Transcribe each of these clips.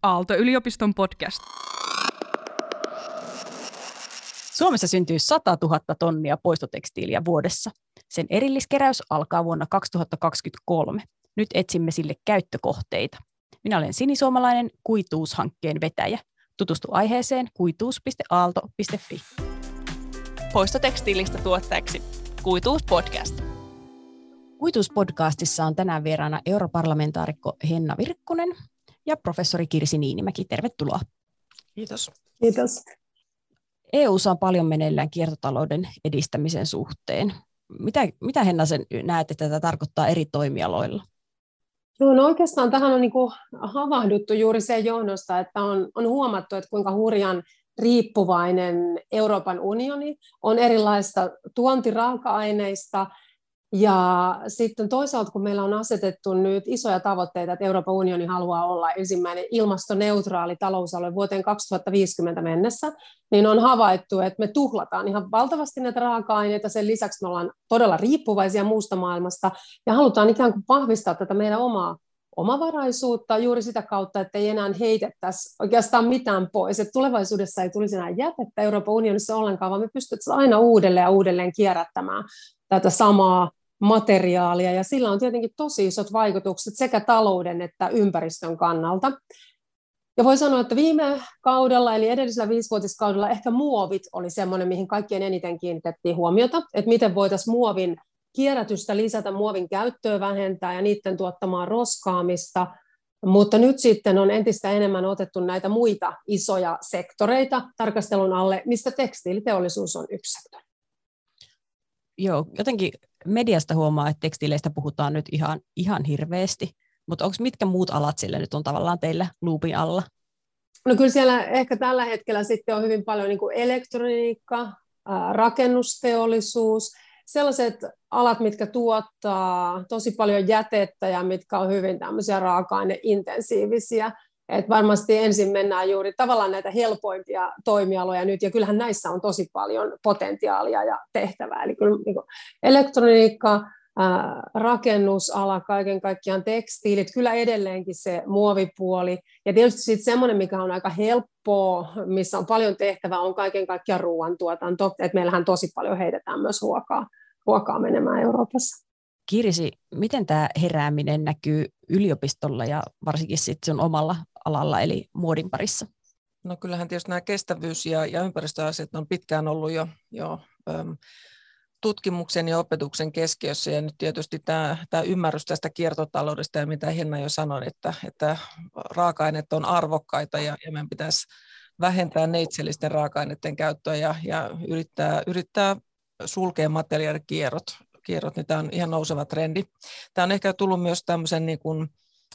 Aalto-yliopiston podcast. Suomessa syntyy 100 000 tonnia poistotekstiiliä vuodessa. Sen erilliskeräys alkaa vuonna 2023. Nyt etsimme sille käyttökohteita. Minä olen sinisuomalainen Kuituus-hankkeen vetäjä. Tutustu aiheeseen kuituus.aalto.fi. Poistotekstiilistä tuottajaksi Kuituus podcast. Kuituus-podcastissa on tänään vieraana europarlamentaarikko Henna Virkkunen ja professori Kirsi Niinimäki. Tervetuloa. Kiitos. Kiitos. EU:ssa on paljon meneillään kiertotalouden edistämisen suhteen. Mitä Henna sen näet, että tätä tarkoittaa eri toimialoilla? No oikeastaan tähän on havahduttu juuri sen johdosta, että on huomattu, että kuinka hurjan riippuvainen Euroopan unioni on erilaisista tuontiraaka-aineista. Ja sitten toisaalta, kun meillä on asetettu nyt isoja tavoitteita, että Euroopan unioni haluaa olla ensimmäinen ilmastoneutraali talousalue vuoteen 2050 mennessä, niin on havaittu, että me tuhlataan ihan valtavasti näitä raaka-aineita. Sen lisäksi me ollaan todella riippuvaisia muusta maailmasta ja halutaan ikään kuin vahvistaa tätä meidän omaa omavaraisuutta juuri sitä kautta, että ei enää heitettäisi oikeastaan mitään pois. Että tulevaisuudessa ei tulisi enää jätettä Euroopan unionissa ollenkaan, vaan me pystytään aina uudelleen ja uudelleen kierrättämään tätä samaa materiaalia, ja sillä on tietenkin tosi isot vaikutukset sekä talouden että ympäristön kannalta. Ja voi sanoa, että viime kaudella, eli edellisellä 5-vuotiskaudella, ehkä muovit oli semmoinen, mihin kaikkien eniten kiinnitettiin huomiota, että miten voitaisiin muovin kierrätystä lisätä, muovin käyttöä vähentää ja niiden tuottamaa roskaamista, mutta nyt sitten on entistä enemmän otettu näitä muita isoja sektoreita tarkastelun alle, mistä tekstiiliteollisuus on yksi sektori. Joo, jotenkin mediasta huomaa, että tekstiileistä puhutaan nyt ihan hirveästi, mutta onko mitkä muut alat sillä nyt on tavallaan teillä luupin alla? No kyllä siellä ehkä tällä hetkellä sitten on hyvin paljon niin kuin elektroniikka, rakennusteollisuus, sellaiset alat, mitkä tuottaa tosi paljon jätettä ja mitkä on hyvin tämmöisiä raaka-aineintensiivisiä. Et varmasti ensin mennään juuri tavallaan näitä helpoimpia toimialoja nyt, ja kyllähän näissä on tosi paljon potentiaalia ja tehtävää. Eli kyllä niin kuin elektroniikka, rakennusala, kaiken kaikkiaan tekstiilit, kyllä edelleenkin se muovipuoli. Ja tietysti sitten semmoinen, mikä on aika helppoa, missä on paljon tehtävää, on kaiken kaikkiaan ruoantuotanto. Et meillähän tosi paljon heitetään myös ruokaa menemään Euroopassa. Kirsi, miten tämä herääminen näkyy yliopistolla ja varsinkin sitten sun omalla alalla, eli muodin parissa? No kyllähän tietysti nämä kestävyys- ja ympäristöasiat on pitkään ollut jo tutkimuksen ja opetuksen keskiössä, ja nyt tietysti tämä ymmärrys tästä kiertotaloudesta ja mitä Henna jo sanoi, että raaka-aineet on arvokkaita ja meidän pitäisi vähentää neitsellisten raaka-aineiden käyttöä ja yrittää sulkea materiaalikierrot, niin tämä on ihan nouseva trendi. Tämä on ehkä tullut myös tämmöisen niin kuin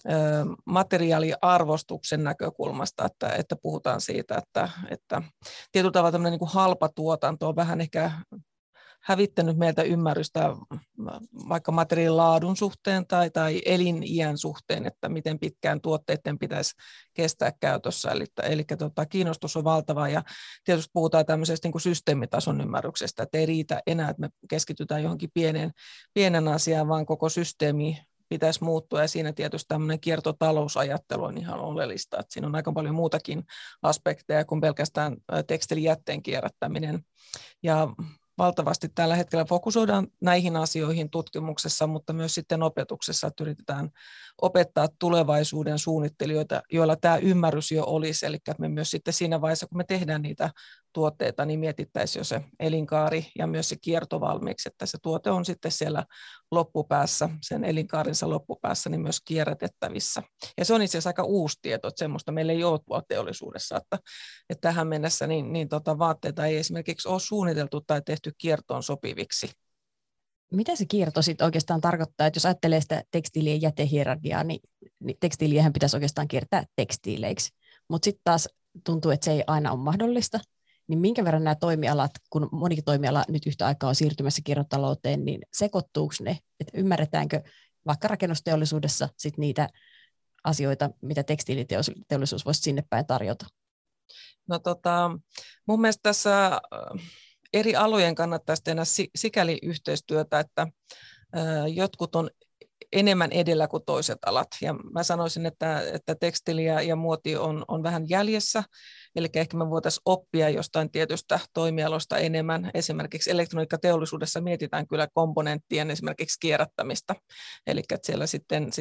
materiaaliarvostuksen näkökulmasta, että puhutaan siitä, että tietyllä tavalla tämmöinen niin kuin halpa tuotanto on vähän ehkä hävittänyt meiltä ymmärrystä vaikka materiaalin laadun suhteen tai eliniän suhteen, että miten pitkään tuotteiden pitäisi kestää käytössä. Eli kiinnostus on valtava, ja tietysti puhutaan tämmöisestä niin kuin systeemitason ymmärryksestä, että ei riitä enää, että me keskitytään johonkin pienen asiaan, vaan koko systeemi pitäisi muuttua, ja siinä tietysti tämmöinen kiertotalousajattelu on ihan oleellista, että siinä on aika paljon muutakin aspekteja kuin pelkästään tekstiilijätteen kierrättäminen. Ja valtavasti tällä hetkellä fokusoidaan näihin asioihin tutkimuksessa, mutta myös sitten opetuksessa, että yritetään opettaa tulevaisuuden suunnittelijoita, joilla tämä ymmärrys jo olisi, eli että me myös sitten siinä vaiheessa, kun me tehdään niitä tuotteita, niin mietittäisiin jo se elinkaari ja myös se kierto valmiiksi, että se tuote on sitten siellä loppupäässä, sen elinkaarinsa loppupäässä, niin myös kierrätettävissä. Ja se on itse asiassa aika uusi tieto, että semmoista meillä ei ole tuolla teollisuudessa, että tähän mennessä vaatteita ei esimerkiksi ole suunniteltu tai tehty kiertoon sopiviksi. Mitä se kierto sitten oikeastaan tarkoittaa, että jos ajattelee sitä tekstiilien jätehierarkiaa, niin tekstiiliähän pitäisi oikeastaan kiertää tekstiileiksi, mutta sitten taas tuntuu, että se ei aina ole mahdollista, niin minkä verran nämä toimialat, kun monikin toimiala nyt yhtä aikaa on siirtymässä kiertotalouteen, niin sekoittuuko ne, että ymmärretäänkö vaikka rakennusteollisuudessa sit niitä asioita, mitä tekstiiliteollisuus voisi sinne päin tarjota? No mun mielestä tässä eri alojen kannattaisi tehdä sikäli yhteistyötä, että jotkut on enemmän edellä kuin toiset alat. Ja mä sanoisin, että tekstiili ja muoti on vähän jäljessä, eli ehkä me voitaisiin oppia jostain tietystä toimialosta enemmän. Esimerkiksi elektroniikkateollisuudessa mietitään kyllä komponenttien esimerkiksi kierrättämistä, eli että siellä sitten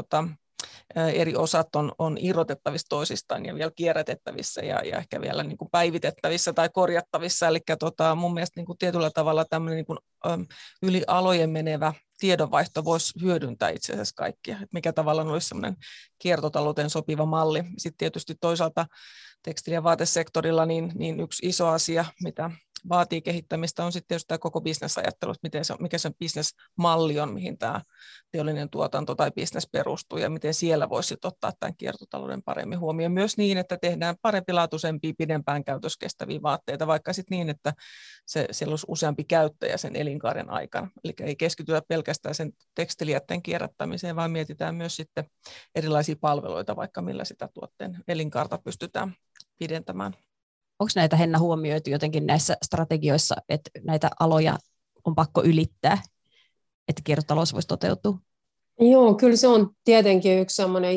eri osat on irrotettavissa toisistaan ja vielä kierrätettävissä ja ehkä vielä niin kuin päivitettävissä tai korjattavissa. Eli mun mielestä niin kuin tietyllä tavalla tämmöinen niin kuin, yli alojen menevä tiedonvaihto voisi hyödyntää itse asiassa kaikkia. Että mikä tavallaan olisi semmoinen kiertotalouteen sopiva malli. Sitten tietysti toisaalta tekstiili- ja vaatesektorilla niin yksi iso asia, mitä vaatii kehittämistä, on sitten just tämä koko bisnesajattelu, että mikä se bisnesmalli on, mihin tämä teollinen tuotanto tai bisnes perustuu, ja miten siellä voisi ottaa tämän kiertotalouden paremmin huomioon. Myös niin, että tehdään parempilaatuisempia, pidempään käytöskestäviä vaatteita, vaikka sitten niin, että siellä olisi useampi käyttäjä sen elinkaaren aikana. Eli ei keskitytä pelkästään sen tekstilijätteen kierrättämiseen, vaan mietitään myös sitten erilaisia palveluita, vaikka millä sitä tuotteen elinkaarta pystytään pidentämään. Onko näitä, Henna, huomioitu jotenkin näissä strategioissa, että näitä aloja on pakko ylittää, että kiertotalous voisi toteutua? Joo, kyllä se on tietenkin yksi sellainen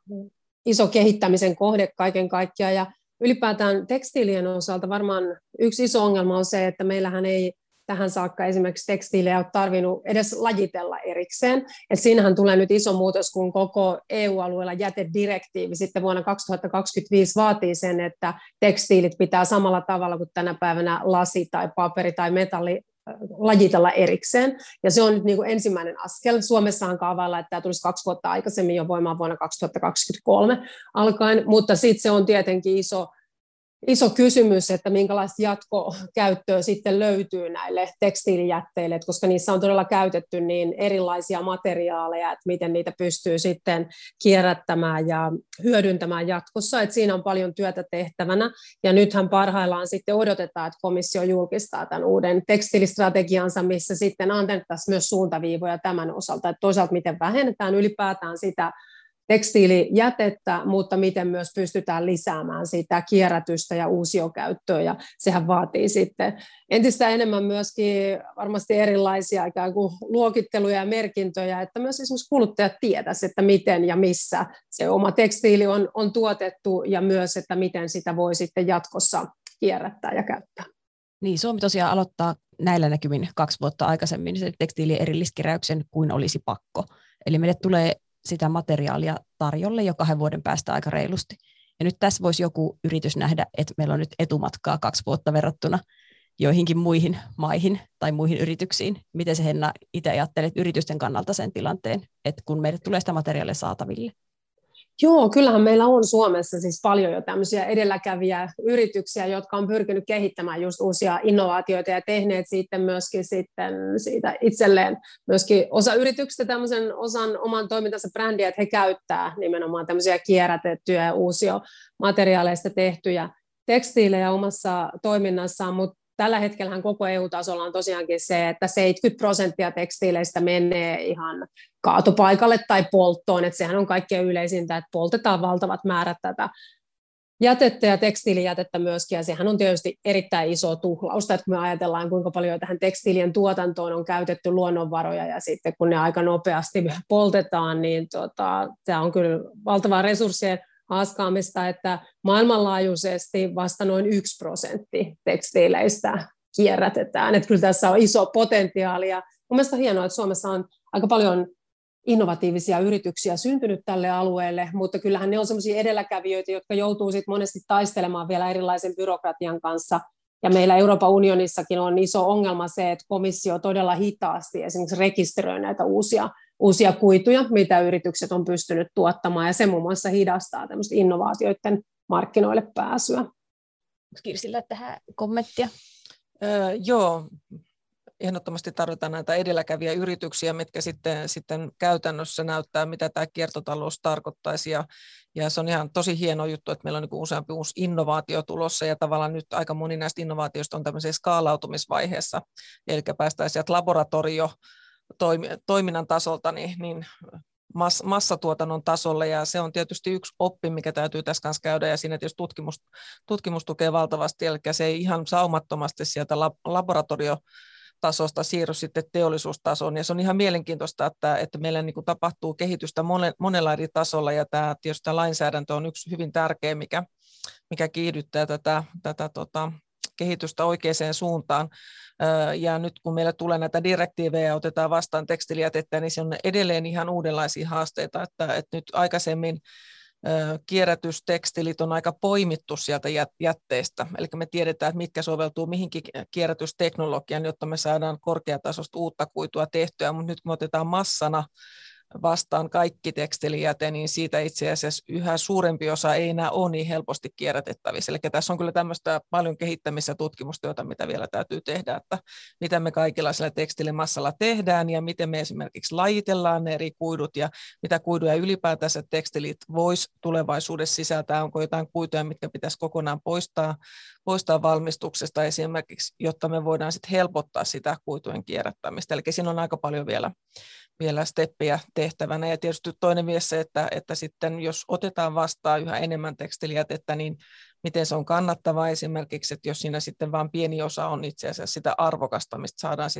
iso kehittämisen kohde kaiken kaikkiaan. Ja ylipäätään tekstiilien osalta varmaan yksi iso ongelma on se, että meillähän ei tähän saakka esimerkiksi tekstiilejä ole tarvinnut edes lajitella erikseen. Et siinähän tulee nyt iso muutos, kun koko EU-alueella jätedirektiivi sitten vuonna 2025 vaatii sen, että tekstiilit pitää samalla tavalla kuin tänä päivänä lasi tai paperi tai metalli lajitella erikseen. Ja se on nyt niin kuin ensimmäinen askel. Suomessahan kaavaillaan, että tämä tulisi 2 vuotta aikaisemmin jo voimaan vuonna 2023 alkaen, mutta sitten se on tietenkin iso kysymys, että minkälaista jatkokäyttöä sitten löytyy näille tekstiilijätteille, koska niissä on todella käytetty niin erilaisia materiaaleja, että miten niitä pystyy sitten kierrättämään ja hyödyntämään jatkossa, että siinä on paljon työtä tehtävänä, ja nythän parhaillaan sitten odotetaan, että komissio julkistaa tämän uuden tekstiilistrategiansa, missä sitten annettaisiin myös suuntaviivoja tämän osalta, että toisaalta miten vähennetään ylipäätään sitä tekstiilijätettä, mutta miten myös pystytään lisäämään sitä kierrätystä ja uusiokäyttöä, ja sehän vaatii sitten entistä enemmän myöskin varmasti erilaisia ikään kuin luokitteluja ja merkintöjä, että myös esimerkiksi kuluttajat tietäisivät, että miten ja missä se oma tekstiili on tuotettu, ja myös, että miten sitä voi sitten jatkossa kierrättää ja käyttää. Niin, Suomi tosiaan aloittaa näillä näkymin 2 vuotta aikaisemmin sen tekstiilien erilliskeräyksen kuin olisi pakko. Eli meille tulee sitä materiaalia tarjolle jo 2 vuoden päästä aika reilusti. Ja nyt tässä voisi joku yritys nähdä, että meillä on nyt etumatkaa 2 vuotta verrattuna joihinkin muihin maihin tai muihin yrityksiin. Miten se, Henna, itse ajattelet yritysten kannalta sen tilanteen, että kun meille tulee sitä materiaalia saataville? Joo, kyllähän meillä on Suomessa siis paljon jo tämmöisiä edelläkävijä yrityksiä, jotka on pyrkinyt kehittämään just uusia innovaatioita ja tehneet sitten myöskin sitten siitä itselleen myöskin osa yrityksistä tämmöisen osan oman toimintansa brändiä, että he käyttää nimenomaan tämmöisiä kierrätettyjä ja uusia materiaaleista tehtyjä tekstiilejä omassa toiminnassaan, mutta tällä hetkellähän koko EU-tasolla on tosiaankin se, että 70% tekstiileistä menee ihan kaatopaikalle tai polttoon, että sehän on kaikkein yleisintä, että poltetaan valtavat määrät tätä jätettä ja tekstiilijätettä myöskin, ja sehän on tietysti erittäin iso tuhlausta, että kun me ajatellaan, kuinka paljon tähän tekstiilien tuotantoon on käytetty luonnonvaroja, ja sitten kun ne aika nopeasti poltetaan, niin tämä on kyllä valtavaa resurssien haaskaamista, että maailmanlaajuisesti vasta noin 1% tekstiileistä kierrätetään. Että kyllä tässä on iso potentiaali, ja mun mielestä on hienoa, että Suomessa on aika paljon innovatiivisia yrityksiä syntynyt tälle alueelle, mutta kyllähän ne on sellaisia edelläkävijöitä, jotka joutuu sitten monesti taistelemaan vielä erilaisen byrokratian kanssa. Ja meillä Euroopan unionissakin on iso ongelma se, että komissio todella hitaasti esimerkiksi rekisteröi näitä uusia kuituja, mitä yritykset on pystynyt tuottamaan, ja se muun muassa hidastaa tämmöistä innovaatioiden markkinoille pääsyä. Onko Kirsillä tähän kommenttia? Joo, ehdottomasti tarvitaan näitä edelläkävijä yrityksiä, mitkä sitten käytännössä näyttää, mitä tämä kiertotalous tarkoittaisi. Ja se on ihan tosi hieno juttu, että meillä on niin useampi uusi innovaatio tulossa, ja tavallaan nyt aika moni näistä innovaatioista on tämmöisessä skaalautumisvaiheessa, eli päästään sieltä laboratoriotoiminnan tasolta niin massatuotannon tasolle, ja se on tietysti yksi oppi, mikä täytyy tässä kanssa käydä, ja siinä tietysti tutkimus tukee valtavasti, eli se ei ihan saumattomasti sieltä tasosta siirry sitten teollisuustasoon. Ja se on ihan mielenkiintoista, että meillä niin kuin tapahtuu kehitystä monella eri tasolla, ja tietysti tämä lainsäädäntö on yksi hyvin tärkeä, mikä kiihdyttää tätä kehitystä oikeaan suuntaan. Ja nyt kun meillä tulee näitä direktiivejä ja otetaan vastaan tekstiilijätettä, niin se on edelleen ihan uudenlaisia haasteita, että nyt aikaisemmin kierrätystekstiilit on aika poimittu sieltä jätteistä, eli me tiedetään, että mitkä soveltuu mihinkin kierrätysteknologiaan, jotta me saadaan korkeatasoista uutta kuitua tehtyä, mutta nyt kun me otetaan massana vastaan kaikki tekstiilijäte, niin siitä itse asiassa yhä suurempi osa ei enää ole niin helposti kierrätettävissä. Eli tässä on kyllä tämmöistä paljon kehittämis- ja tutkimustyötä, mitä vielä täytyy tehdä, että mitä me kaikilla sillä tekstiilimassalla tehdään ja miten me esimerkiksi lajitellaan ne eri kuidut ja mitä kuiduja ylipäätänsä tekstiilit voisi tulevaisuudessa sisältää, onko jotain kuiduja, mitkä pitäisi kokonaan poistaa valmistuksesta esimerkiksi, jotta me voidaan sitten helpottaa sitä kuitujen kierrättämistä. Eli siinä on aika paljon vielä steppejä tehtävänä. Ja tietysti toinen myös se, että sitten jos otetaan vastaan yhä enemmän tekstiilijätettä, niin miten se on kannattavaa esimerkiksi, että jos siinä sitten vain pieni osa on itse asiassa sitä arvokasta, mistä saadaan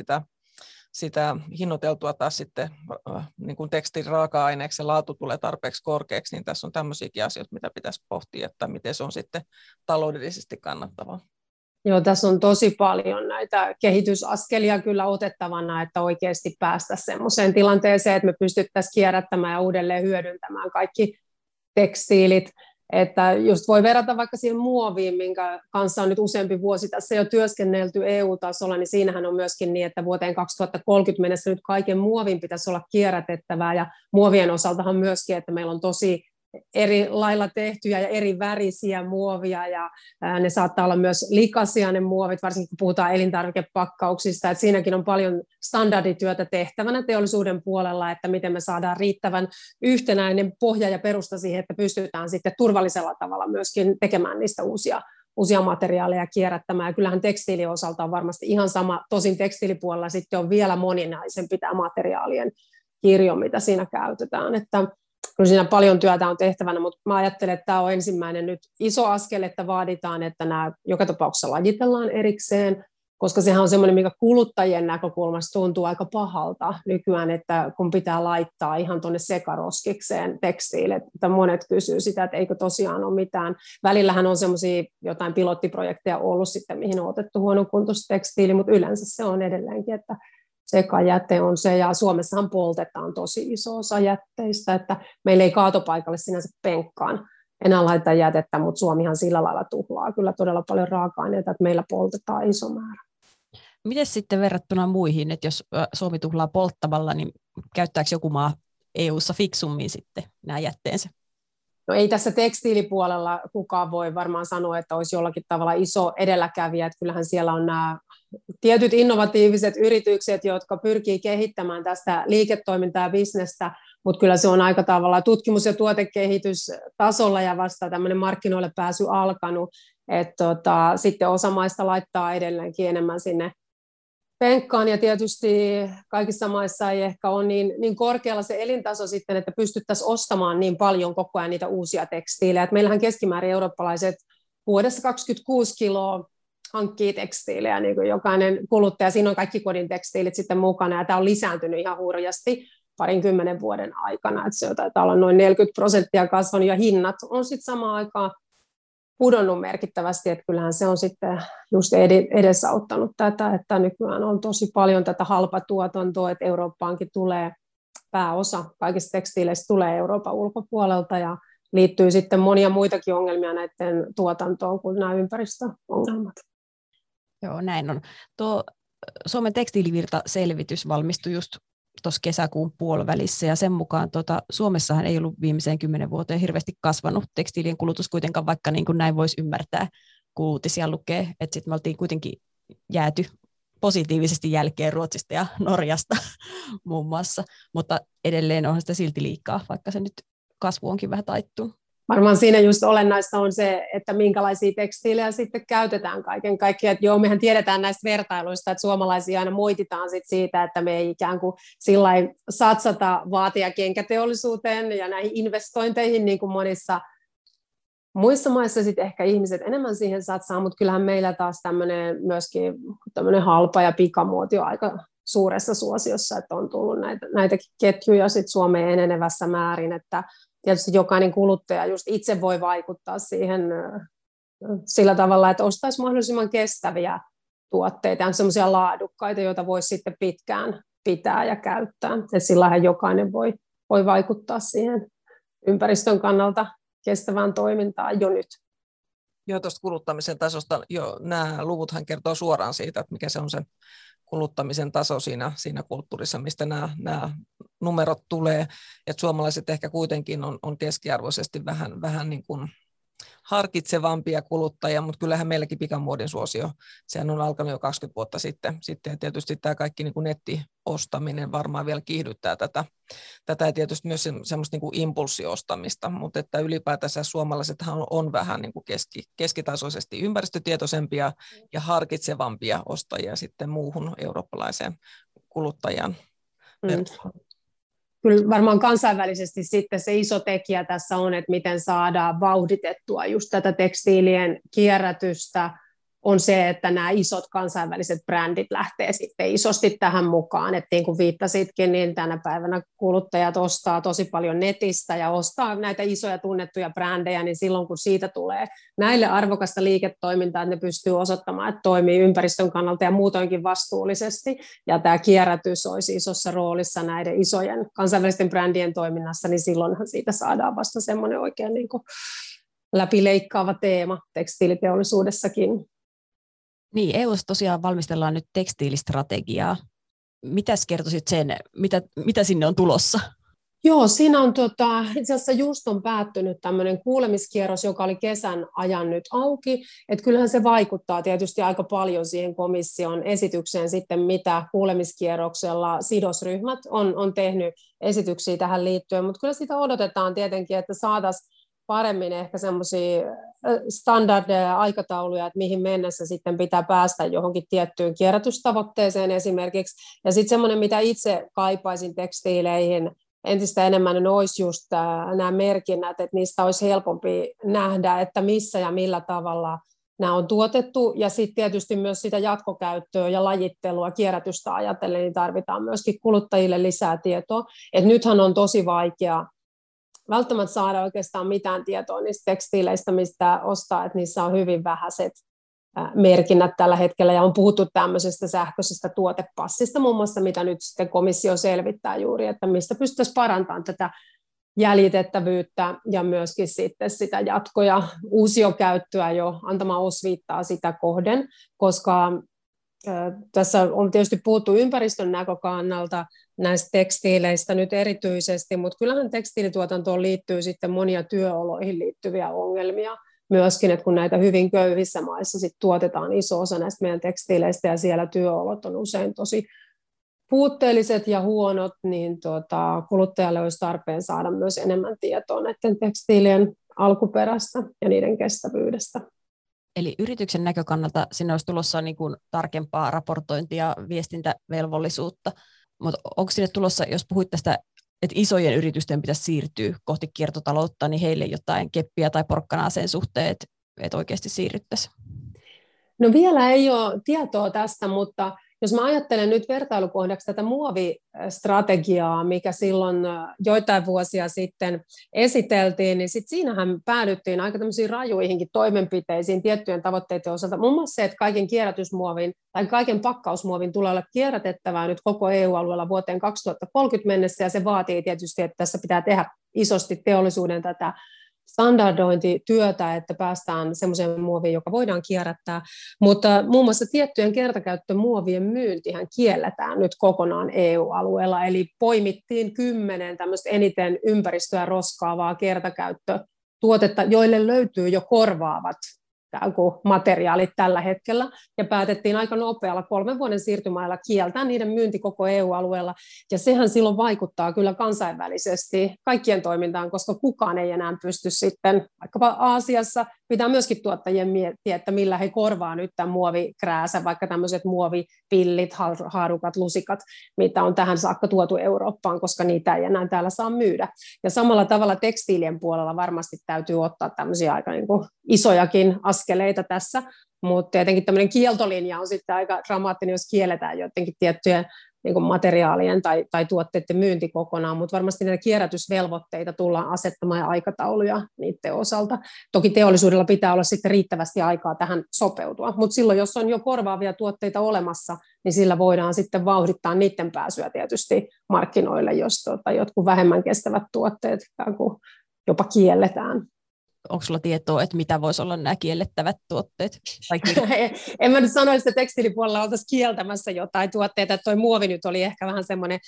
sitä hinnoiteltua taas sitten niin kuin tekstin raaka-aineeksi ja laatu tulee tarpeeksi korkeaksi, niin tässä on tämmöisiäkin asioita, mitä pitäisi pohtia, että miten se on sitten taloudellisesti kannattavaa. Joo, tässä on tosi paljon näitä kehitysaskelia kyllä otettavana, että oikeasti päästäisiin sellaiseen tilanteeseen, että me pystyttäisiin kierrättämään ja uudelleen hyödyntämään kaikki tekstiilit. Että just voi verrata vaikka siihen muoviin, minkä kanssa on nyt useampi vuosi tässä jo työskennelty EU-tasolla, niin siinähän on myöskin niin, että vuoteen 2030 mennessä nyt kaiken muovin pitäisi olla kierrätettävää, ja muovien osaltahan myöskin, että meillä on tosi eri lailla tehtyjä ja eri värisiä muovia, ja ne saattaa olla myös likaisia ne muovit, varsinkin kun puhutaan elintarvikepakkauksista, että siinäkin on paljon standardityötä tehtävänä teollisuuden puolella, että miten me saadaan riittävän yhtenäinen pohja ja perusta siihen, että pystytään sitten turvallisella tavalla myöskin tekemään niistä uusia materiaaleja kierrättämään. Ja kyllähän tekstiilin osalta on varmasti ihan sama, tosin tekstiilipuolella sitten on vielä moninaisempi tämä materiaalien kirjo, mitä siinä käytetään, että kyllä siinä paljon työtä on tehtävänä, mutta mä ajattelen, että tämä on ensimmäinen nyt iso askel, että vaaditaan, että nämä joka tapauksessa lajitellaan erikseen, koska sehän on semmoinen, mikä kuluttajien näkökulmasta tuntuu aika pahalta nykyään, että kun pitää laittaa ihan tuonne sekaroskikseen tekstiille, että monet kysyy sitä, että eikö tosiaan ole mitään. Välillähän on semmoisia jotain pilottiprojekteja ollut sitten, mihin on otettu huonokuntoista tekstiili, mutta yleensä se on edelleenkin, että sekajäte on se, ja Suomessahan poltetaan tosi iso osa jätteistä, että meillä ei kaatopaikalle sinänsä penkkaan enää laiteta jätettä, mutta Suomihan sillä lailla tuhlaa kyllä todella paljon raaka-aineita, että meillä poltetaan iso määrä. Miten sitten verrattuna muihin, että jos Suomi tuhlaa polttamalla, niin käyttääkö joku maa EU-ssa fiksummin sitten nämä jätteensä? No ei tässä tekstiilipuolella kukaan voi varmaan sanoa, että olisi jollakin tavalla iso edelläkävijä, että kyllähän siellä on nämä tietyt innovatiiviset yritykset, jotka pyrkii kehittämään tästä liiketoimintaa ja bisnestä, mutta kyllä se on aika tavalla tutkimus- ja tuotekehitystasolla ja vasta tämmöinen markkinoille pääsy alkanut, että sitten osa maista laittaa edelleenkin enemmän sinne penkkaan, ja tietysti kaikissa maissa ei ehkä ole niin korkealla se elintaso sitten, että pystyttäisiin ostamaan niin paljon koko ajan niitä uusia tekstiilejä. Et meillähän keskimäärin eurooppalaiset vuodessa 26 kiloa hankkii tekstiilejä, niin kuin jokainen kuluttaja. Siinä on kaikki kodin tekstiilit sitten mukana, ja tämä on lisääntynyt ihan hurjasti 20 vuoden aikana. Et se taitaa olla noin 40% kasvanut, ja hinnat on sitten samaan aikaan pudonnut merkittävästi, että kyllähän se on sitten just edesauttanut tätä, että nykyään on tosi paljon tätä halpatuotantoa, että Eurooppaankin tulee pääosa kaikista tekstiileistä tulee Euroopan ulkopuolelta, ja liittyy sitten monia muitakin ongelmia näiden tuotantoon kuin nämä ympäristöongelmat. Joo, näin on. Tuo Suomen tekstiilivirta-selvitys valmistui just tuossa kesäkuun puolivälissä, ja sen mukaan Suomessahan ei ollut viimeiseen 10 vuoteen hirveästi kasvanut tekstiilien kulutus kuitenkaan, vaikka niin kuin näin voisi ymmärtää, kun uutisia lukee, että sitten me oltiin kuitenkin jääty positiivisesti jälkeen Ruotsista ja Norjasta muun muassa, mutta edelleen onhan sitä silti liikaa, vaikka se nyt kasvu onkin vähän taittunut. Varmaan siinä just olennaista on se, että minkälaisia tekstiilejä sitten käytetään kaiken kaikkiaan. Että joo, mehän tiedetään näistä vertailuista, että suomalaisia aina moititaan sit siitä, että me ei ikään kuin sillain satsata vaati- ja kenkäteollisuuteen ja näihin investointeihin, niin kuin Muissa maissa sitten ehkä ihmiset enemmän siihen satsaa, mutta kyllähän meillä taas myöskin tämmöinen halpa ja pikamuoti on aika suuressa suosiossa, että on tullut näitäkin ketjuja sit Suomeen enenevässä määrin, että tietysti jokainen kuluttaja just itse voi vaikuttaa siihen sillä tavalla, että ostaisi mahdollisimman kestäviä tuotteita ja sellaisia laadukkaita, joita voisi sitten pitkään pitää ja käyttää. Et sillähän jokainen voi vaikuttaa siihen ympäristön kannalta kestävään toimintaan jo nyt. Joo, tuosta kuluttamisen tasosta, nämä luvuthan kertoo suoraan siitä, että mikä se on sen kuluttamisen taso siinä kulttuurissa, mistä nämä numerot tulee. Et suomalaiset ehkä kuitenkin on keskiarvoisesti vähän niin kuin harkitsevampia kuluttajia, mutta kyllähän meilläkin pikamuodin suosio, sehän on alkanut jo 20 vuotta sitten ja tietysti tämä kaikki niin kuin nettiostaminen varmaan vielä kiihdyttää tätä ja tietysti myös semmoista niin kuin impulssiostamista, mutta että ylipäätänsä suomalaisethan on vähän niin kuin keskitasoisesti ympäristötietoisempia ja harkitsevampia ostajia sitten muuhun eurooppalaiseen kuluttajan verrattuna. Kyllä varmaan kansainvälisesti sitten se iso tekijä tässä on, että miten saadaan vauhditettua just tätä tekstiilien kierrätystä, on se, että nämä isot kansainväliset brändit lähtee sitten isosti tähän mukaan. Että niin kuin viittasitkin, niin tänä päivänä kuluttajat ostaa tosi paljon netistä ja ostaa näitä isoja tunnettuja brändejä, niin silloin kun siitä tulee näille arvokasta liiketoimintaa, että ne pystyy osoittamaan, että toimii ympäristön kannalta ja muutoinkin vastuullisesti. Ja tämä kierrätys olisi isossa roolissa näiden isojen kansainvälisten brändien toiminnassa, niin silloinhan siitä saadaan vasta semmoinen oikein niin kuin läpileikkaava teema tekstiiliteollisuudessakin. Niin, EU:ssa tosiaan valmistellaan nyt tekstiilistrategiaa. Mitäs kertoisit sen, mitä sinne on tulossa? Joo, siinä on itse asiassa just on päättynyt tämmöinen kuulemiskierros, joka oli kesän ajan nyt auki. Että kyllähän se vaikuttaa tietysti aika paljon siihen komission esitykseen sitten, mitä kuulemiskierroksella sidosryhmät on tehnyt esityksiä tähän liittyen. Mutta kyllä sitä odotetaan tietenkin, että saataisiin paremmin ehkä semmoisia standardeja ja aikatauluja, että mihin mennessä sitten pitää päästä johonkin tiettyyn kierrätystavoitteeseen esimerkiksi. Ja sitten semmoinen, mitä itse kaipaisin tekstiileihin entistä enemmän, olisi just nämä merkinnät, että niistä olisi helpompi nähdä, että missä ja millä tavalla nämä on tuotettu. Ja sitten tietysti myös sitä jatkokäyttöä ja lajittelua, kierrätystä ajatellen, niin tarvitaan myöskin kuluttajille lisää tietoa. Et nythän on tosi vaikea välttämättä saada oikeastaan mitään tietoa niistä tekstiileistä, mistä ostaa, että niissä on hyvin vähäiset merkinnät tällä hetkellä, ja on puhuttu tämmöisestä sähköisestä tuotepassista muun muassa, mitä nyt sitten komissio selvittää juuri, että mistä pystyttäisiin parantamaan tätä jäljitettävyyttä ja myöskin sitten sitä jatko- ja uusiokäyttöä jo antamaan osviittaa sitä kohden, koska tässä on tietysti puhuttu ympäristön näkökannalta näistä tekstiileistä nyt erityisesti, mutta kyllähän tekstiilituotantoon liittyy sitten monia työoloihin liittyviä ongelmia myöskin, että kun näitä hyvin köyhissä maissa sit tuotetaan iso osa näistä meidän tekstiileistä ja siellä työolot on usein tosi puutteelliset ja huonot, niin kuluttajalle olisi tarpeen saada myös enemmän tietoa näiden tekstiilien alkuperästä ja niiden kestävyydestä. Eli yrityksen näkökannalta sinne olisi tulossa niin kuin tarkempaa raportointia ja viestintävelvollisuutta, mutta onko sinne tulossa, jos puhuit tästä, että isojen yritysten pitäisi siirtyä kohti kiertotaloutta, niin heille jotain keppiä tai porkkanaa sen suhteen, että oikeasti siirryttäisiin? No vielä ei ole tietoa tästä, mutta jos mä ajattelen nyt vertailukohdaksi tätä muovistrategiaa, mikä silloin joitain vuosia sitten esiteltiin, niin sit siinähän päädyttiin aika tämmöisiin rajuihinkin toimenpiteisiin tiettyjen tavoitteiden osalta. Muun muassa se, että kaiken kierrätysmuovin tai kaiken pakkausmuovin tulee olla kierrätettävää nyt koko EU-alueella vuoteen 2030 mennessä, ja se vaatii tietysti, että tässä pitää tehdä isosti teollisuuden tätä standardointityötä, että päästään semmoiseen muoviin, joka voidaan kierrättää, mutta muun muassa tiettyjen kertakäyttömuovien myyntihän kielletään nyt kokonaan EU-alueella, eli poimittiin 10 tämmöistä eniten ympäristöä roskaavaa kertakäyttötuotetta, joille löytyy jo korvaavat materiaalit tällä hetkellä, ja päätettiin aika nopealla 3 vuoden siirtymäajalla kieltää niiden myynti koko EU-alueella, ja sehän silloin vaikuttaa kyllä kansainvälisesti kaikkien toimintaan, koska kukaan ei enää pysty sitten, vaikkapa Aasiassa, pitää myöskin tuottajien miettiä, että millä he korvaa nyt tämän muovikrääsän, vaikka tämmöiset muovipillit, haarukat, lusikat, mitä on tähän saakka tuotu Eurooppaan, koska niitä ei enää täällä saa myydä. Ja samalla tavalla tekstiilien puolella varmasti täytyy ottaa tämmöisiä aika niin kuin isojakin askeleita tässä, mutta tietenkin tämmöinen kieltolinja on sitten aika dramaattinen, jos kielletään jotenkin tiettyjen niin kuin materiaalien tai tuotteiden myynti kokonaan, mutta varmasti näitä kierrätysvelvoitteita tullaan asettamaan ja aikatauluja niiden osalta. Toki teollisuudella pitää olla sitten riittävästi aikaa tähän sopeutua, mutta silloin, jos on jo korvaavia tuotteita olemassa, niin sillä voidaan sitten vauhdittaa niiden pääsyä tietysti markkinoille, jos jotkut vähemmän kestävät tuotteet jopa kielletään. Onko sulla tietoa, että mitä voisi olla nämä kiellettävät tuotteet? En mä nyt sano, että tekstiilipuolella oltaisiin kieltämässä jotain tuotteita. Tuo muovi nyt oli ehkä vähän semmoinen,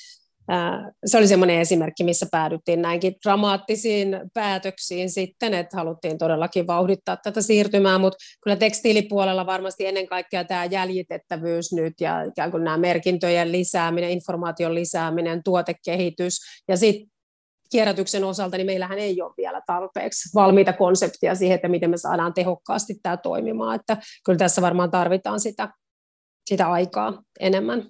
se oli semmoinen esimerkki, missä päädyttiin näinkin dramaattisiin päätöksiin sitten, että haluttiin todellakin vauhdittaa tätä siirtymää, mutta kyllä tekstiilipuolella varmasti ennen kaikkea tämä jäljitettävyys nyt ja ikään kuin nämä merkintöjen lisääminen, informaation lisääminen, tuotekehitys ja sitten kierrätyksen osalta, niin meillähän ei ole vielä tarpeeksi valmiita konseptia siihen, että miten me saadaan tehokkaasti tämä toimimaan. Että kyllä tässä varmaan tarvitaan sitä aikaa enemmän.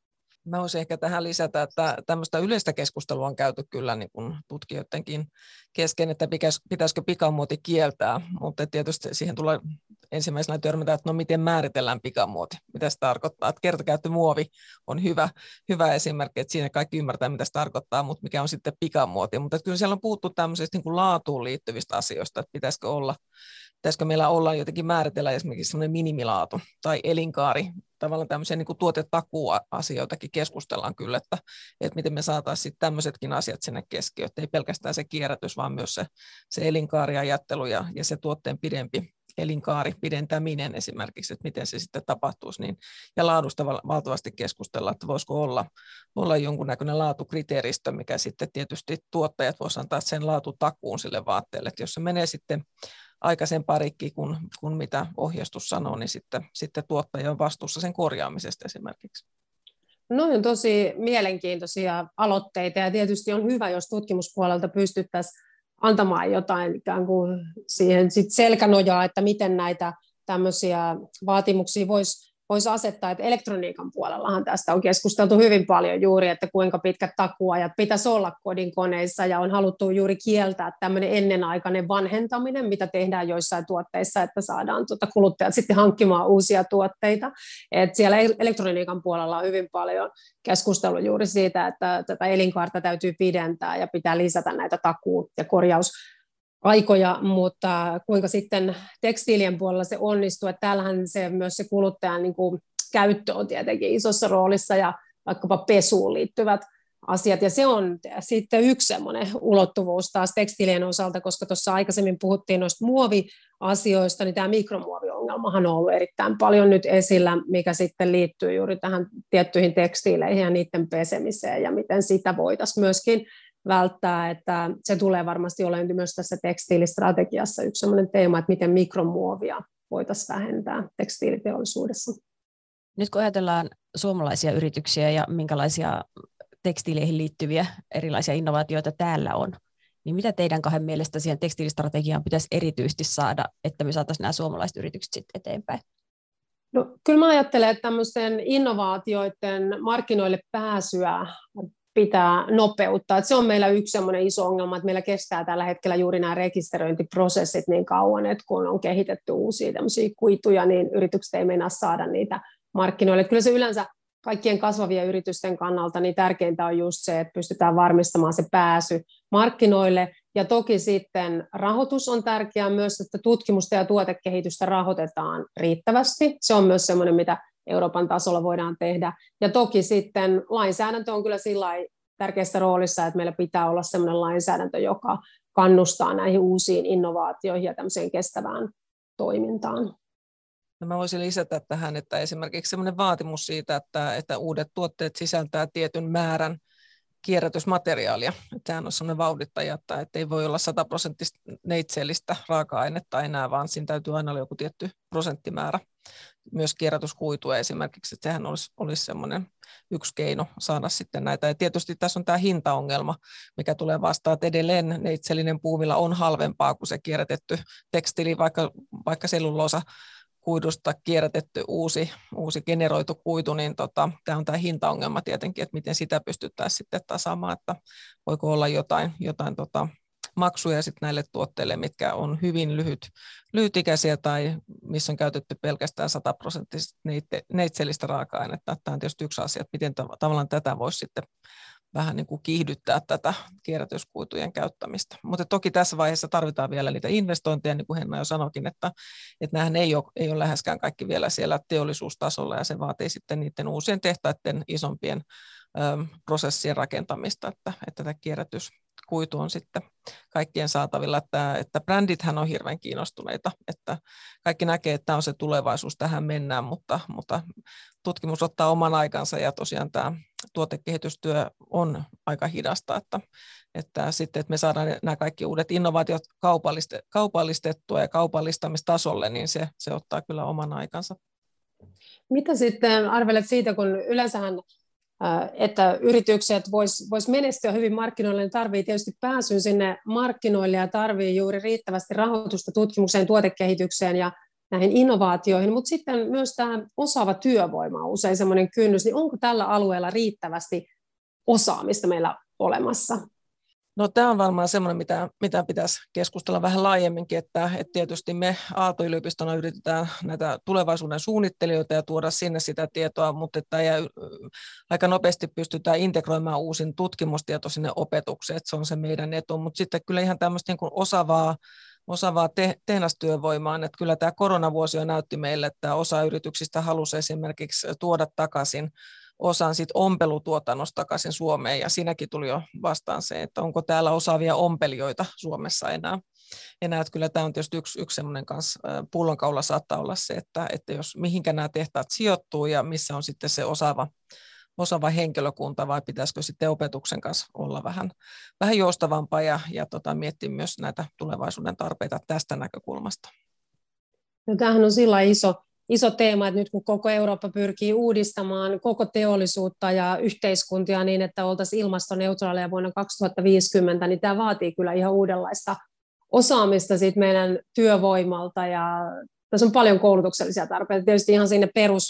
Mä voisin ehkä tähän lisätä, että tämmöistä yleistä keskustelua on käyty kyllä niin kuin tutkijoidenkin kesken, että pitäisikö pikamuoti kieltää, mutta tietysti siihen tulee ensimmäisenä törmätä, että no miten määritellään pikamuoti, mitä se tarkoittaa. Että kertakäyttömuovi on hyvä esimerkki, että siinä kaikki ymmärtää, mitä se tarkoittaa, mutta mikä on sitten pikamuoti. Mutta kyllä siellä on puhuttu tämmöisistä niin kuin laatuun liittyvistä asioista, että pitäisikö meillä olla jotenkin määritellä esimerkiksi semmoinen minimilaatu tai elinkaari, tavallaan tämmöisiä niin kuin tuotetakuasioitakin keskustellaan kyllä, että miten me saataisiin sitten tämmöisetkin asiat sinne keskiöön, että ei pelkästään se kierrätys, vaan myös se elinkaariajattelu ja se tuotteen pidempi elinkaari, pidentäminen esimerkiksi, että miten se sitten tapahtuisi, niin, ja laadusta valtavasti keskustellaan, että voisiko olla jonkunnäköinen laatukriteeristö, mikä sitten tietysti tuottajat voisivat antaa sen laatutakuun sille vaatteelle, että jos se menee sitten aikaisen parikki, kun mitä ohjeistus sanoo, niin sitten tuottaja on vastuussa sen korjaamisesta esimerkiksi. No on tosi mielenkiintoisia aloitteita ja tietysti on hyvä, jos tutkimuspuolelta pystyttäisiin antamaan jotain ikään kuin siihen sit selkänojaa, että miten näitä tämmöisiä vaatimuksia voisi asettaa, että elektroniikan puolellahan tästä on keskusteltu hyvin paljon juuri, että kuinka pitkät takuajat pitäisi olla kodinkoneissa ja on haluttu juuri kieltää tämmöinen ennenaikainen vanhentaminen, mitä tehdään joissain tuotteissa, että saadaan kuluttajat sitten hankkimaan uusia tuotteita. Et siellä elektroniikan puolella on hyvin paljon keskustelua juuri siitä, että tätä elinkaarta täytyy pidentää ja pitää lisätä näitä takuu- ja korjausaikoja, mutta kuinka sitten tekstiilien puolella se onnistuu, että täällähän myös se kuluttajan niin kuin käyttö on tietenkin isossa roolissa ja vaikkapa pesuun liittyvät asiat, ja se on sitten yksi semmoinen ulottuvuus taas tekstiilien osalta, koska tuossa aikaisemmin puhuttiin noista muoviasioista, niin tämä mikromuoviongelmahan on ollut erittäin paljon nyt esillä, mikä sitten liittyy juuri tähän tiettyihin tekstiileihin ja niiden pesemiseen, ja miten sitä voitaisiin myöskin välttää, että se tulee varmasti olemaan myös tässä tekstiilistrategiassa yksi sellainen teema, että miten mikromuovia voitaisiin vähentää tekstiiliteollisuudessa. Nyt kun ajatellaan suomalaisia yrityksiä ja minkälaisia tekstiileihin liittyviä erilaisia innovaatioita täällä on, niin mitä teidän kahden mielestä siihen tekstiilistrategiaan pitäisi erityisesti saada, että me saataisiin nämä suomalaiset yritykset sitten eteenpäin? No, kyllä mä ajattelen, että tämmöisten innovaatioiden markkinoille pääsyä pitää nopeuttaa. Että se on meillä yksi semmoinen iso ongelma, että meillä kestää tällä hetkellä juuri nämä rekisteröintiprosessit niin kauan, että kun on kehitetty uusia tämmöisiä kuituja, niin yritykset ei meinaa saada niitä markkinoille. Että kyllä se yleensä kaikkien kasvavien yritysten kannalta niin tärkeintä on just se, että pystytään varmistamaan se pääsy markkinoille. Ja toki sitten rahoitus on tärkeää myös, että tutkimusta ja tuotekehitystä rahoitetaan riittävästi. Se on myös semmoinen, mitä Euroopan tasolla voidaan tehdä. Ja toki sitten lainsäädäntö on kyllä sillä tärkeässä roolissa, että meillä pitää olla semmoinen lainsäädäntö, joka kannustaa näihin uusiin innovaatioihin ja tämmöiseen kestävään toimintaan. No mä voisin lisätä tähän, että esimerkiksi semmoinen vaatimus siitä, että uudet tuotteet sisältää tietyn määrän kierrätysmateriaalia. Sehän on sellainen vauhdittaja, että ei voi olla 100% neitseellistä raaka-ainetta enää, vaan siinä täytyy aina olla joku tietty prosenttimäärä. Myös kierrätyskuitua esimerkiksi, että sehän olisi semmoinen yksi keino saada sitten näitä. Ja tietysti tässä on tämä hintaongelma, mikä tulee vastaan, että edelleen neitseellinen puuvilla on halvempaa kuin se kierrätetty tekstiili, vaikka selluloosa kuidusta kierrätetty uusi generoitu kuitu, niin tämä on tämä hintaongelma tietenkin, että miten sitä pystyttäisiin sitten tasaamaan, että voiko olla jotain maksuja sitten näille tuotteille, mitkä on hyvin lyhytikäisiä tai missä on käytetty pelkästään 100% neitseellistä raaka-ainetta. Tämä on tietysti yksi asia, että miten tavallaan tätä voisi sitten vähän niin kuin kiihdyttää tätä kierrätyskuitujen käyttämistä. Mutta toki tässä vaiheessa tarvitaan vielä niitä investointeja, niin kuin Henna jo sanoikin, että nämähän ei ole läheskään kaikki vielä siellä teollisuustasolla, ja se vaatii sitten niiden uusien tehtaiden isompien prosessien rakentamista, että tämä kierrätyskuitu on sitten kaikkien saatavilla, että brändithän on hirveän kiinnostuneita, että kaikki näkee, että tämä on se tulevaisuus, tähän mennään, mutta tutkimus ottaa oman aikansa ja tosiaan tämä tuotekehitystyö on aika hidasta, että sitten, että me saadaan nämä kaikki uudet innovaatiot kaupallistettua ja kaupallistamistasolle, niin se ottaa kyllä oman aikansa. Mitä sitten arvelet siitä, kun yleensähän että yritykset vois menestyä hyvin markkinoille, niin tarvitsee tietysti pääsyn sinne markkinoille ja tarvitsee juuri riittävästi rahoitusta tutkimukseen, tuotekehitykseen ja näihin innovaatioihin, mutta sitten myös tämä osaava työvoima on usein semmoinen kynnys, niin onko tällä alueella riittävästi osaamista meillä olemassa? No tämä on varmaan semmoinen, mitä pitäisi keskustella vähän laajemminkin, että tietysti me Aalto-yliopistona yritetään näitä tulevaisuuden suunnittelijoita ja tuoda sinne sitä tietoa, mutta aika nopeasti pystytään integroimaan uusin tutkimustieto sinne opetukseen, että se on se meidän etu, mutta sitten kyllä ihan tämmöistä niin kuin osaavaa tehdastyövoimaa, että kyllä tämä koronavuosi jo näytti meille, että osa yrityksistä halusi esimerkiksi tuoda takaisin osan sit ompelutuotannosta takaisin Suomeen, ja siinäkin tuli jo vastaan se, että onko täällä osaavia ompelijoita Suomessa enää. Että kyllä tämä on tietysti yksi semmoinen kanssa pullonkaula saattaa olla se, että jos mihinkä nämä tehtaat sijoittuu ja missä on sitten se osaava henkilökunta, vai pitäisikö sitten opetuksen kanssa olla vähän joustavampaa ja miettiä myös näitä tulevaisuuden tarpeita tästä näkökulmasta. No, tämähän on sillä iso teema, että nyt kun koko Eurooppa pyrkii uudistamaan koko teollisuutta ja yhteiskuntia niin, että oltaisiin ilmastoneutraaleja vuonna 2050, niin tämä vaatii kyllä ihan uudenlaista osaamista siitä meidän työvoimalta, ja tässä on paljon koulutuksellisia tarpeita, tietysti ihan sinne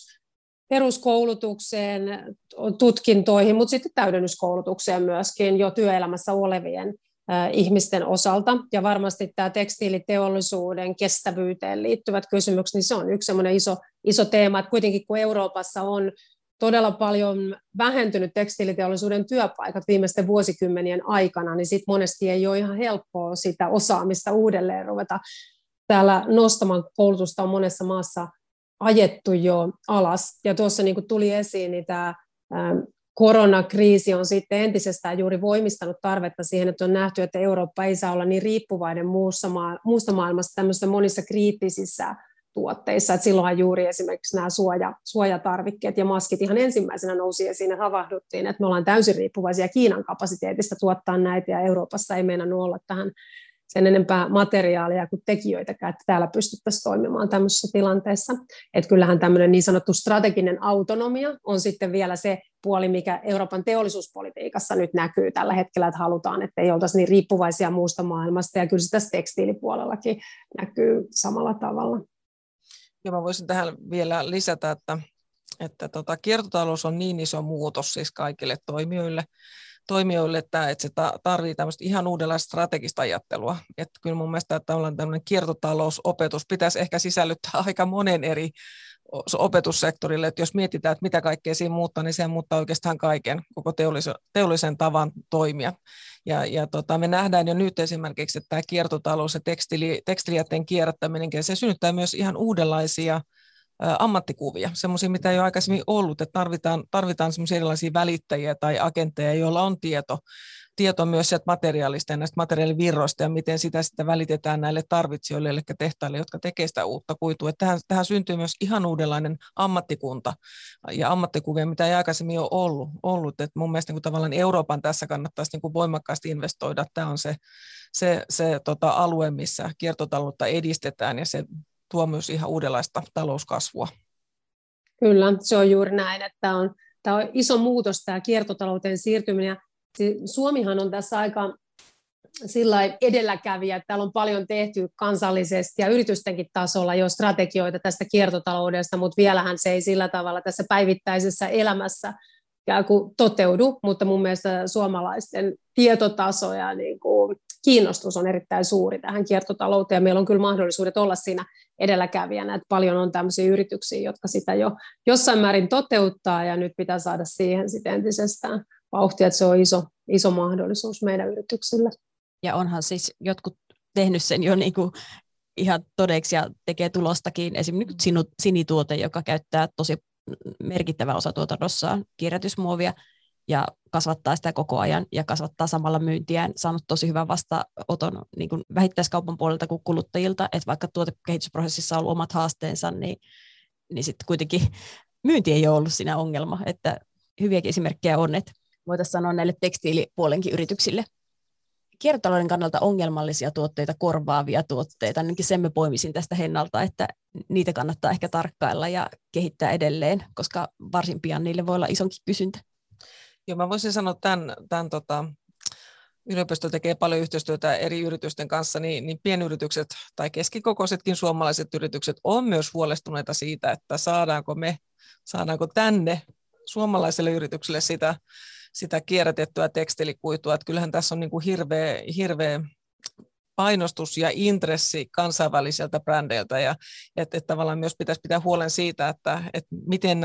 peruskoulutukseen, tutkintoihin, mutta sitten täydennyskoulutukseen myöskin jo työelämässä olevien ihmisten osalta, ja varmasti tämä tekstiiliteollisuuden kestävyyteen liittyvät kysymykset, niin se on yksi semmoinen iso teema, että kuitenkin kun Euroopassa on todella paljon vähentynyt tekstiiliteollisuuden työpaikat viimeisten vuosikymmenien aikana, niin sitten monesti ei ole ihan helppoa sitä osaamista uudelleen ruveta täällä nostamaan. Koulutusta on monessa maassa ajettu jo alas, ja tuossa niin kuin tuli esiin, niin tämä koronakriisi on sitten entisestään juuri voimistanut tarvetta siihen, että on nähty, että Eurooppa ei saa olla niin riippuvainen muusta maailmasta tämmöisissä monissa kriittisissä tuotteissa. Että silloinhan juuri esimerkiksi nämä suojatarvikkeet ja maskit ihan ensimmäisenä nousi esiin ja havahduttiin, että me ollaan täysin riippuvaisia Kiinan kapasiteetista tuottaa näitä, ja Euroopassa ei meinannut olla tähän sen enempää materiaalia kuin tekijöitäkään, että täällä pystyttäisiin toimimaan tämmöisessä tilanteessa. Että kyllähän tämmöinen niin sanottu strateginen autonomia on sitten vielä se puoli, mikä Euroopan teollisuuspolitiikassa nyt näkyy tällä hetkellä, että halutaan, että ei oltaisi niin riippuvaisia muusta maailmasta, ja kyllä se tässä tekstiilipuolellakin näkyy samalla tavalla. Ja mä voisin tähän vielä lisätä, että kiertotalous on niin iso muutos siis kaikille toimijoille, että se tarvitsee tämmöistä ihan uudenlaista strategista ajattelua. Että kyllä mun mielestä tämmöinen kiertotalousopetus pitäisi ehkä sisällyttää aika monen eri opetussektorille, että jos mietitään, että mitä kaikkea siinä muuttaa, niin se muuttaa oikeastaan kaiken, koko teollisen tavan toimia. Ja me nähdään jo nyt esimerkiksi, että tämä kiertotalous ja tekstiilijätteen kierrättäminen, se synnyttää myös ihan uudenlaisia ammattikuvia, semmoisia, mitä ei ole aikaisemmin ollut, että tarvitaan semmoisia erilaisia välittäjiä tai agentteja, joilla on tieto myös sieltä materiaalista ja näistä materiaalivirroista ja miten sitä välitetään näille tarvitsijoille, eli tehtaille, jotka tekevät sitä uutta kuitua. Tähän syntyy myös ihan uudenlainen ammattikunta ja ammattikuvia, mitä ei aikaisemmin ole ollut. Et mun mielestä niin tavallaan Euroopan tässä kannattaisi niin voimakkaasti investoida. Tämä on se alue, missä kiertotaloutta edistetään ja se tuo myös ihan uudenlaista talouskasvua. Kyllä, se on juuri näin, että tämä on iso muutos, tämä kiertotalouteen siirtyminen. Suomihan on tässä aika sillä edelläkävijä, että täällä on paljon tehty kansallisesti ja yritystenkin tasolla jo strategioita tästä kiertotaloudesta, mutta vielähän se ei sillä tavalla tässä päivittäisessä elämässä toteudu, mutta mun mielestä suomalaisten tietotaso ja niin kuin kiinnostus on erittäin suuri tähän kiertotalouteen ja meillä on kyllä mahdollisuudet olla siinä edelläkävijänä, että paljon on tämmöisiä yrityksiä, jotka sitä jo jossain määrin toteuttaa ja nyt pitää saada siihen sitten entisestään vauhtia, että se on iso mahdollisuus meidän yrityksille. Ja onhan siis jotkut tehnyt sen jo niin kuin ihan todeksi ja tekee tulostakin. Esimerkiksi Sinituote, joka käyttää tosi merkittävä osa tuotannossaan kierrätysmuovia ja kasvattaa sitä koko ajan ja kasvattaa samalla myyntiään. Saanut tosi hyvän vastaanoton niin kuin vähittäiskaupan puolelta kuin kuluttajilta, että vaikka tuotekehitysprosessissa on ollut omat haasteensa, niin sitten kuitenkin myynti ei ole ollut siinä ongelma. Että hyviäkin esimerkkejä on, että voitaisiin sanoa näille tekstiilipuolenkin yrityksille. Kiertotalouden kannalta ongelmallisia tuotteita, korvaavia tuotteita, ainakin sen me poimisin tästä Hennalta, että niitä kannattaa ehkä tarkkailla ja kehittää edelleen, koska varsin pian niille voi olla isonkin kysyntä. Joo, mä voisin sanoa yliopisto tekee paljon yhteistyötä eri yritysten kanssa, niin pienyritykset tai keskikokoisetkin suomalaiset yritykset on myös huolestuneita siitä, että saadaanko tänne suomalaiselle yritykselle sitä kierrätettyä tekstiilikuitua. Että kyllähän tässä on niin kuin hirveä painostus ja intressi kansainväliseltä brändeiltä, ja että tavallaan myös pitäisi pitää huolen siitä, että miten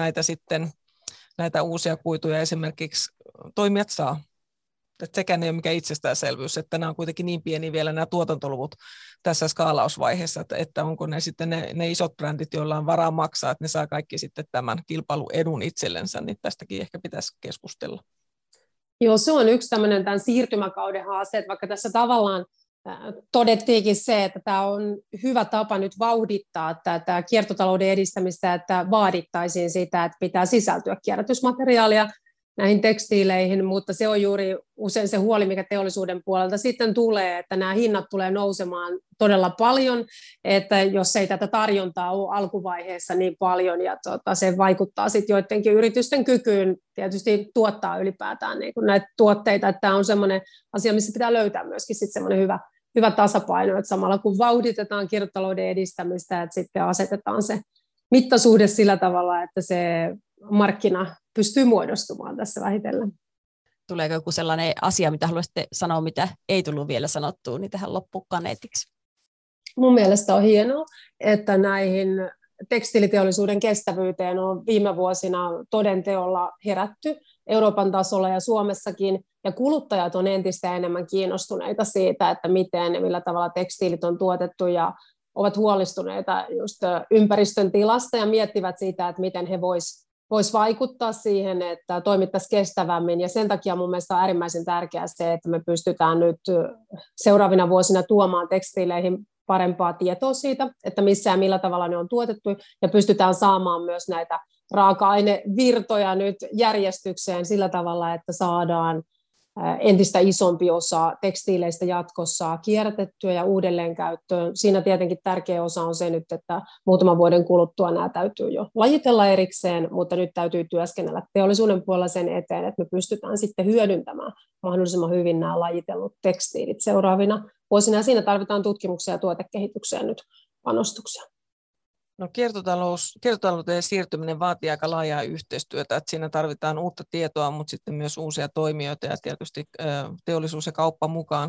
näitä uusia kuituja esimerkiksi toimijat saa. Että sekään ei ole mikään itsestäänselvyys, että nämä on kuitenkin niin pieni vielä nämä tuotantoluvut tässä skaalausvaiheessa, että onko ne sitten ne isot brändit, joilla on varaa maksaa, että ne saa kaikki sitten tämän kilpailuedun itsellensä, niin tästäkin ehkä pitäisi keskustella. Joo, se on yksi tämmöinen tämän siirtymäkauden haaste, että vaikka tässä tavallaan todettiinkin se, että tämä on hyvä tapa nyt vauhdittaa tätä kiertotalouden edistämistä, että vaadittaisiin sitä, että pitää sisältyä kierrätysmateriaalia näihin tekstiileihin, mutta se on juuri usein se huoli, mikä teollisuuden puolelta sitten tulee, että nämä hinnat tulee nousemaan todella paljon, että jos ei tätä tarjontaa ole alkuvaiheessa niin paljon, ja se vaikuttaa sitten joidenkin yritysten kykyyn tietysti tuottaa ylipäätään niin kuin näitä tuotteita, että tämä on semmoinen asia, missä pitää löytää myöskin sitten semmoinen hyvä tasapaino, että samalla kun vauhditetaan kiertotalouden edistämistä, että sitten asetetaan se mittasuhde sillä tavalla, että se markkina pystyy muodostumaan tässä vähitellen. Tuleeko joku sellainen asia, mitä haluaisitte sanoa, mitä ei tullut vielä sanottua, niin tähän loppuun kaneetiksi? Mun mielestä on hienoa, että näihin tekstiiliteollisuuden kestävyyteen on viime vuosina toden teolla herätty Euroopan tasolla ja Suomessakin, ja kuluttajat on entistä enemmän kiinnostuneita siitä, että millä tavalla tekstiilit on tuotettu, ja ovat huolestuneita just ympäristön tilasta ja miettivät siitä, että miten he vois vaikuttaa siihen, että toimittaisiin kestävämmin, ja sen takia mun mielestä on äärimmäisen tärkeää se, että me pystytään nyt seuraavina vuosina tuomaan tekstiileihin parempaa tietoa siitä, että missä ja millä tavalla ne on tuotettu, ja pystytään saamaan myös näitä raaka-ainevirtoja nyt järjestykseen sillä tavalla, että saadaan entistä isompi osa tekstiileistä jatkossa kierrätettyä ja uudelleenkäyttöön. Siinä tietenkin tärkeä osa on se nyt, että muutaman vuoden kuluttua nämä täytyy jo lajitella erikseen, mutta nyt täytyy työskennellä teollisuuden puolella sen eteen, että me pystytään sitten hyödyntämään mahdollisimman hyvin nämä lajitellut tekstiilit seuraavina vuosina. Ja siinä tarvitaan tutkimuksia ja tuotekehitykseen nyt panostuksia. No, kiertotalouteen siirtyminen vaatii aika laajaa yhteistyötä, että siinä tarvitaan uutta tietoa, mutta sitten myös uusia toimijoita ja tietysti teollisuus ja kauppa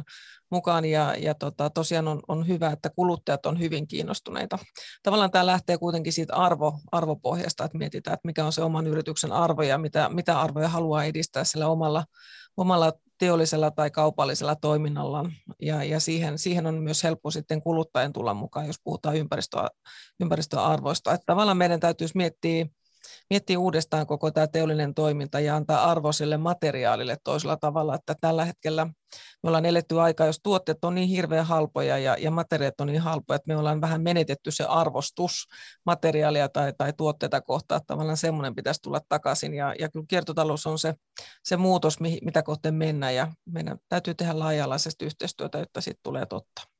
mukaan ja tosiaan on hyvä, että kuluttajat on hyvin kiinnostuneita. Tavallaan tämä lähtee kuitenkin siitä arvopohjasta, että mietitään, että mikä on se oman yrityksen arvo ja mitä arvoja haluaa edistää sillä omalla teollisella tai kaupallisella toiminnalla. Ja siihen on myös helppo sitten kuluttajien tulla mukaan, jos puhutaan ympäristöarvoista. Että tavallaan meidän täytyisi miettiä uudestaan koko tämä teollinen toiminta ja antaa arvo sille materiaalille toisella tavalla, että tällä hetkellä me ollaan eletty aikaa, jos tuotteet on niin hirveän halpoja ja materiaalit on niin halpoja, että me ollaan vähän menetetty se arvostus materiaalia tai tuotteita kohtaan, että tavallaan semmoinen pitäisi tulla takaisin ja kyllä kiertotalous on se muutos, mitä kohteen mennään ja meidän täytyy tehdä laaja-alaisesti yhteistyötä, jotta siitä tulee totta.